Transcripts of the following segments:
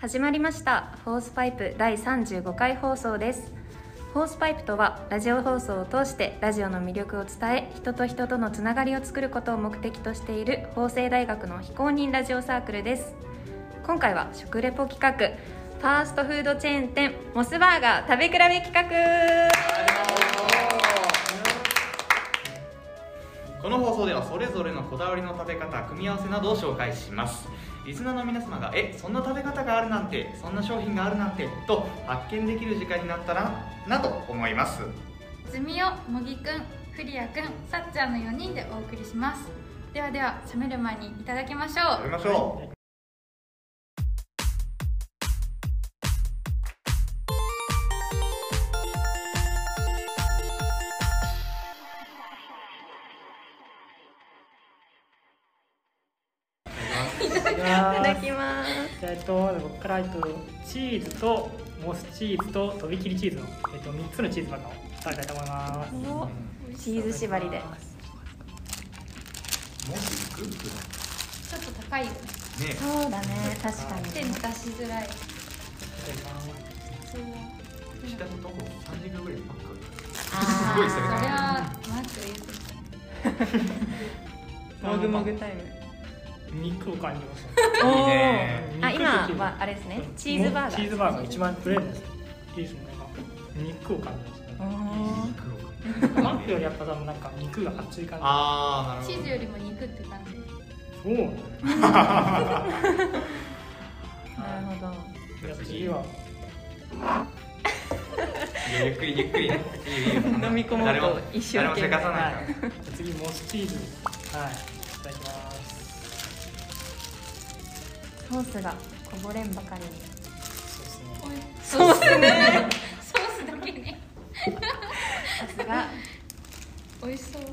始まりましたホースパイプ第35回放送です。ホースパイプとはラジオ放送を通してラジオの魅力を伝え、人と人とのつながりを作ることを目的としている法政大学の非公認ラジオサークルです。今回は食レポ企画、ファーストフードチェーン店モスバーガー食べ比べ企画。 この放送ではそれぞれのこだわりの食べ方、組み合わせなどを紹介します。リスナーの皆様がそんな食べ方があるなんて、そんな商品があるなんてと発見できる時間になったらなと思います。 ズミオ、モギくん、フリアくん、さっちゃんの4人でお送りします。では冷める前にいただきましょう。 食べましょう。 いただきます。 僕からチーズとモスチーズととびきりチーズの3つのチーズバーガーを食べたいと思います。 チーズ縛りで。 モスグッドちょっと高いよね。 そうだね、確かに。 手に出しづらい。 自宅徒歩3時間ぐらいでパック。 すごいそれそれはマック言うもぐもぐタイム。 肉を感じます。 いいね。 今はあれですね、チーズバーガー。 チーズバーガー一番プレーンです。いいですね。肉を感じますね。マックよりやっぱなんか肉が厚い感じ。 なるほど。 チーズよりも肉って感じ。 おお。 なるほど。 じゃあ次は。 ゆっくりゆっくりね。 飲み込もうと一生懸命。 誰もせかさないから。 次モスチーズ。はい。いただきます。 ソースがこぼれんばかりに。 ソースね。ソースだけに。 さすが。 美味しそう。美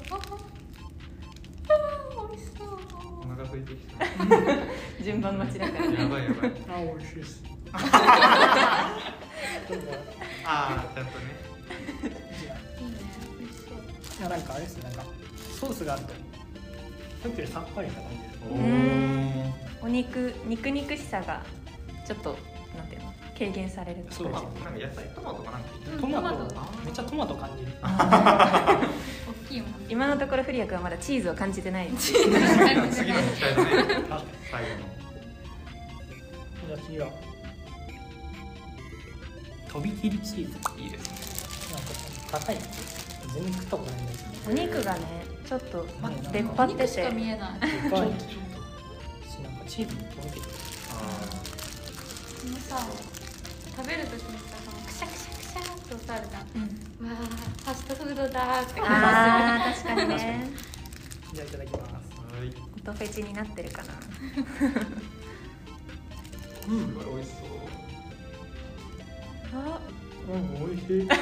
味しそう。 お腹空いてきた。 順番待ちだから。 やばいやばい。 美味しいです。 ちゃんとね。 いいね。美味しそう。 いやなんかあれですね、なんかソースがあるとさっきよりさっぱりした感じです。 お肉肉しさがちょっとなんていうの軽減される。 そうです。 なんか野菜トマトかなんか。 トマトめっちゃトマト感じる。 大きいもん。 今のところフリア君はまだチーズを感じてない。 チーズが感じて次のない。 期待だね。 確かに。 最後の。 じゃあ次はとびきりチーズ。 いいですね。 なんか高い。全然食ったことないんですけど。 お肉がねちょっと出っ張って肉してか見えない。 でかい。なんかチーズにとろけてる。 このさ、食べるときにさ、クシャクシャクシャって音あるじゃん。わあ、ファストフードだーって感確かにね。 じゃあいただきます。 はい。 音フェチになってるかな。 すごい美味しそう。 美味しい。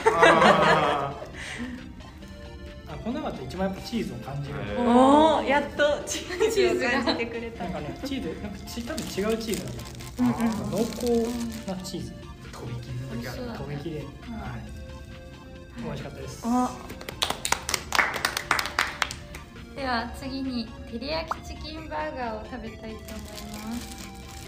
この中で一番やっぱチーズを感じる。 おお、やっとチーズを感じてくれた。 なんかね、チーズなんか多分違うチーズなんですよね。濃厚なチーズ。 とびきりの時ある。 とびきり。はい。美味しかったです。 では次に照り焼きチキンバーガーを食べたいと思います。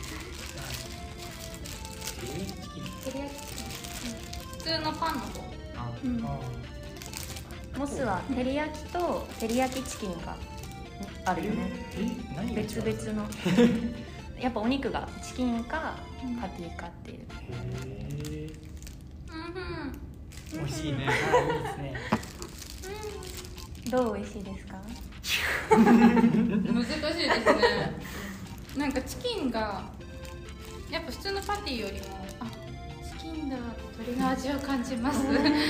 照り焼きチキン。普通のパンの方。 モスは照り焼きと照り焼きチキンがあるよね。別々の。やっぱお肉がチキンかパティかっていう。 美味しいね。 いいですね。 どう美味しいですか？ 難しいですね。なんかチキンがやっぱ普通のパティよりもチキンだ鶏の味を感じます。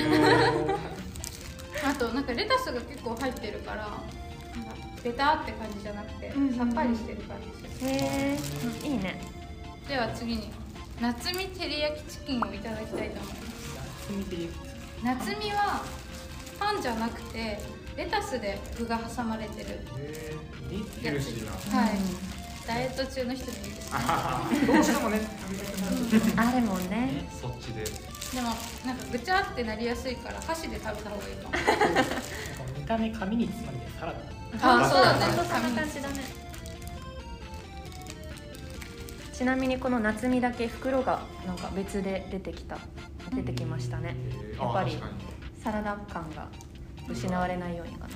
あとなんかレタスが結構入ってるから、なんかベターって感じじゃなくてさっぱりしてる感じ。 へえ、いいね。 では次に夏見照り焼きチキンをいただきたいと思います。夏見はパンじゃなくてレタスで具が挟まれてるヘルシーな。 はい。ダイエット中の人にいいですね。 どうしてもね。 あるもんね。 そっちで。 でもなんかぐちゃってなりやすいから箸で食べた方がいいかも。 見た目紙に包まれてサラダ。 そうだね。 そんな感じだね。ちちなみにこの夏みだけ袋がなんか別で出てきましたね。やっぱりサラダ感が失われないようにかな。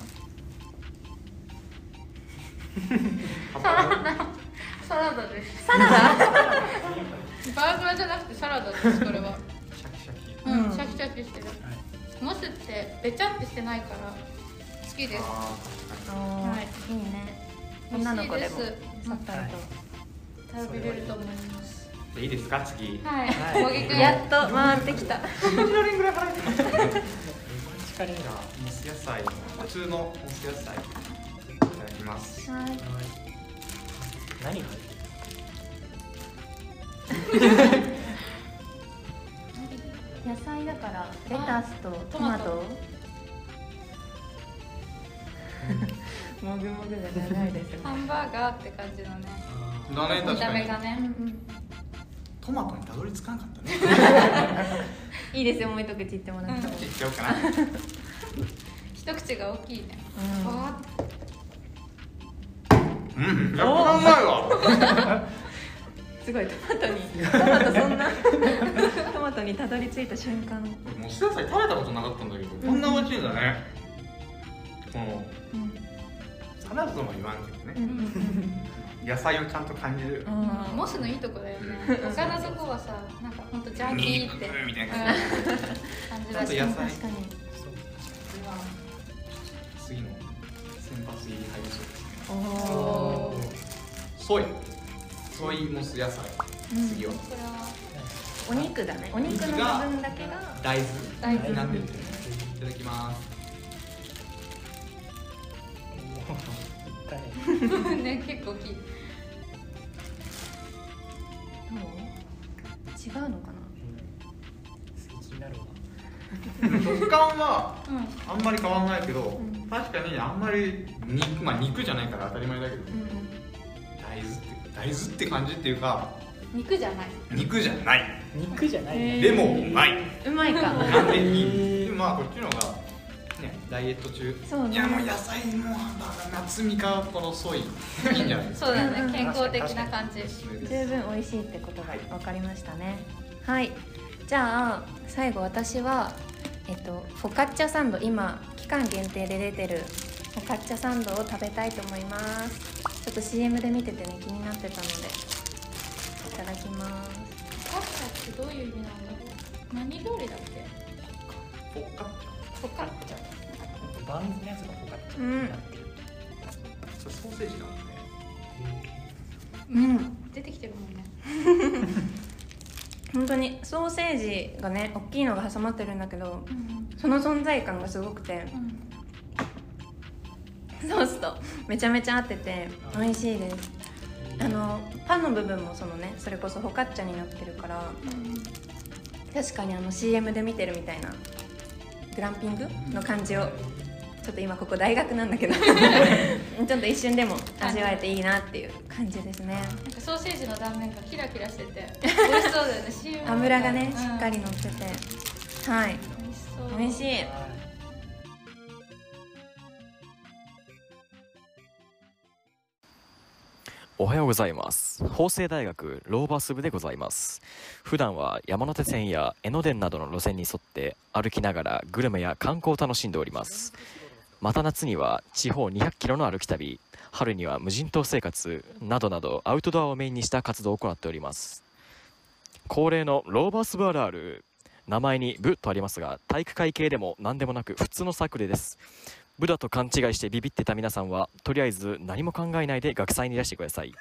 サラダです。 サラダバーガーじゃなくてサラダです。これはシャキシャキ。 うん、シャキシャキしてる。モスってべちゃってしてないから好きです。 はい、いいね。女の子でもさっぱりと食べれると思います。 いいですか、次。 はい、小木くんやっと回ってきた。 信じられんぐらい払ってましたね。 力がモス野菜、普通のモス野菜いただきます。 はい。 何が入ってる？ 野菜だからレタスとトマト。もぐもぐが長いですね。 ハンバーガーって感じのね。 だね、確見たかに。 目がね。 トマトにたどり着かなかったね。 いいですよ、もう一口いってもらって。 いっちゃおうかな。 一口が大きいね。 うんわうん、やっぱうまいわ。 すごい、トマトそんなトマトにたどり着いた瞬間。 モス野菜食べたことなかったんだけど、こんな美味しいんだね。このサラダとも言わんけどね。野菜をちゃんと感じる。 ーモスのいいとこだよね。他のとこはさ、なんかほんとジャーキーってみたいな感じだし。 野菜確かに。 次の先発入り入りそうですね。 おーソイモス野菜。次はこれはお肉だね。お肉の部分だけが大大豆豆になってる。いただきます。 ね、結構大きい。 違うのかな。 気になるわ。 食感はうん。 あんまり変わらないけど、 ん確かにあんまり肉じゃないから当たり前だけど、大豆って感じっていうか、 肉じゃない。 肉じゃない。 肉じゃないね。 でもうまい。 うまいか。 なんでいい。でもまあこっちの方がね、ダイエット中。 そうね。 いやもう野菜もハンバーガー、夏みかこのソイいいんじゃないですか。 そうだね、健康的な感じ。 十分美味しいってことが分かりましたね。はい。じゃあ最後私はフォカッチャサンド、今期間限定で出てるフォカッチャサンドを食べたいと思います。ちょっと CM で見ててね、気になってたのでいただきます。 フォカッチャってどういう意味なんだろう。何料理だっけ？ フォカッチフォカッチャ。 バンズのやつがポカッチャになってる。 ャ、それソーセージなんだね。 うん。 出てきてるもんね。 本当にソーセージがね、大きいのが挟まってるんだけど、その存在感がすごくて、ソースとめちゃめちゃ合ってて美味しいです。パンの部分もそれこそフォカッチャになってるから、確かにCM で見てるみたいなグランピングの感じを、ちょっと今ここ大学なんだけどちょっと一瞬でも味わえていいなっていう感じですね。 なんかソーセージの断面がキラキラしてて美味しそうだよね。CM 油がね、しっかり乗ってて、はい、 美味しそう。 美味しい。 おはようございます。法政大学ローバス部でございます。普段は山手線や江ノ電などの路線に沿って歩きながらグルメや観光を楽しんでおります。また夏には地方200キロの歩き旅、春には無人島生活などなどアウトドアをメインにした活動を行っております。恒例のローバス部あるある、名前に部とありますが、体育会系でも何でもなく普通のサークルです。部だと勘違いしてビビってた皆さんはとりあえず何も考えないで学祭にいらしてください。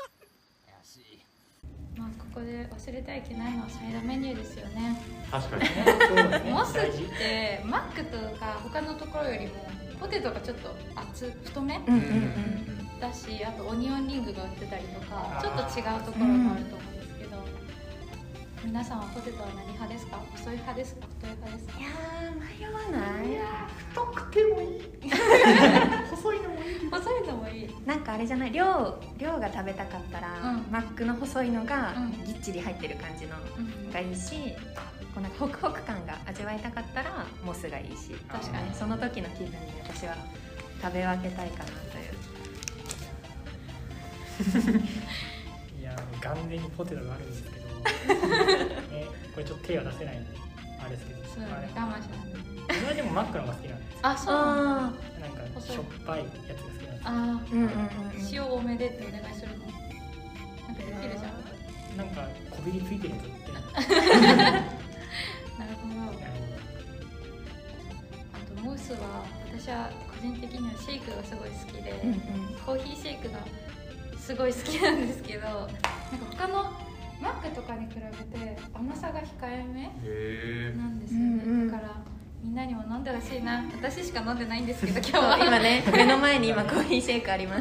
まあここで忘れてはいけないのはサイドメニューですよね。 確かに。 モスってマックとか他のところよりもポテトがちょっと太め、だし、あとオニオンリングが売ってたりとかちょっと違うところもあると思うんですけど、皆さんはポテトは何派ですか？細い派ですか？太い派ですか？ いやー、迷わない。 太くてもいい。細いのもいい。 細いのもいい。 なんかあれじゃない、量が食べたかったら、マックの細いのがぎっちり入ってる感じのがいいし、こうなんかホクホク感が味わいたかったらモスがいいし、 確かにその時の気分で私は食べ分けたいかなという。 いや、 完全にポテトがあるんですけど、ね、これちょっと手は出せないんであれですけど、 そうだね、我慢しないとね。 自分はでもマックの方が好きなんです。 あ、そうなんだ。 なんかしょっぱいやつが好きなんです。 あうんうんうんー、塩多めでってお願いするの。なんかできるじゃん。 なんかこびりついてるやつってなるほど。あとムースは私は個人的にはシェイクがすごい好きで、 うんうんコーヒーシェイクがすごい好きなんですけど、なんか他のマックとかに比べて甘さが控えめへえ。 なんですよね、 うんうんだからみんなにも飲んでほしいな。私しか飲んでないんですけど今日そうは今ね目の前に今コーヒーシェイクあります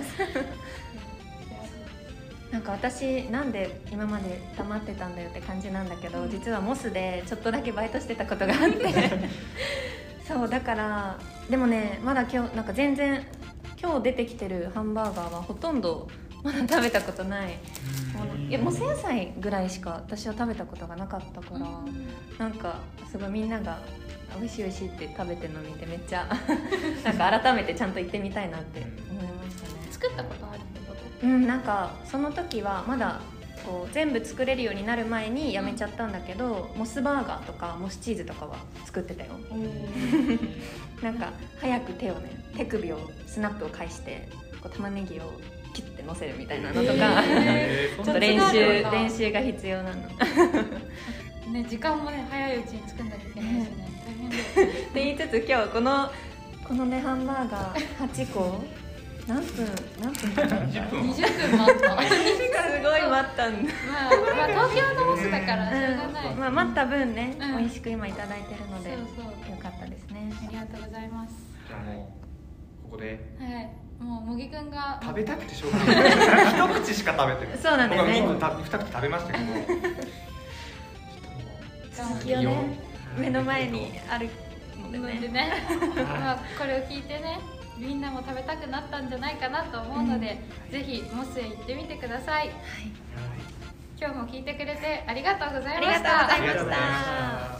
なんか私なんで今まで黙ってたんだよって感じなんだけど、実はモスでちょっとだけバイトしてたことがあってそうだからでもねまだ今日なんか全然今日出てきてるハンバーガーはほとんどまだ食べたことないもの。いやもう1000歳ぐらいしか私は食べたことがなかったから、なんかすごいみんなが美味しい美味しいって食べてるのを見てめっちゃなんか改めてちゃんと行ってみたいなって思いましたね。 作ったことあるってこと？ うん、なんかその時はまだこう全部作れるようになる前にやめちゃったんだけど、モスバーガーとかモスチーズとかは作ってたよ。なんか早く手首をスナップを返してこう玉ねぎをキュッて乗せるみたいなのとか、ちょっと練習が必要なのね、時間もね早いうちに作んなきゃいけないしね、大変だよね。 って言いつつ今日このねハンバーガー8個何分 20分。 20分待った。 すごい待ったんだまあ東京のモスだからしょうがない。 まあ待った分ね、 うん美味しく今いただいてるのでそうそう、 よかったですね。 ありがとうございます。 じゃあもうここではい、もう茂木くんが食べたくてしょうがない。一口しか食べてる。 そうなんだよね僕は2口食べましたけど。 続きをね目の前にあるのでね。 でねまあこれを聞いてね、みんなも食べたくなったんじゃないかなと思うので、ぜひモスへ行ってみてください。今日も聞いてくれてありがとうございました。 ありがとうございましたありがとうございました。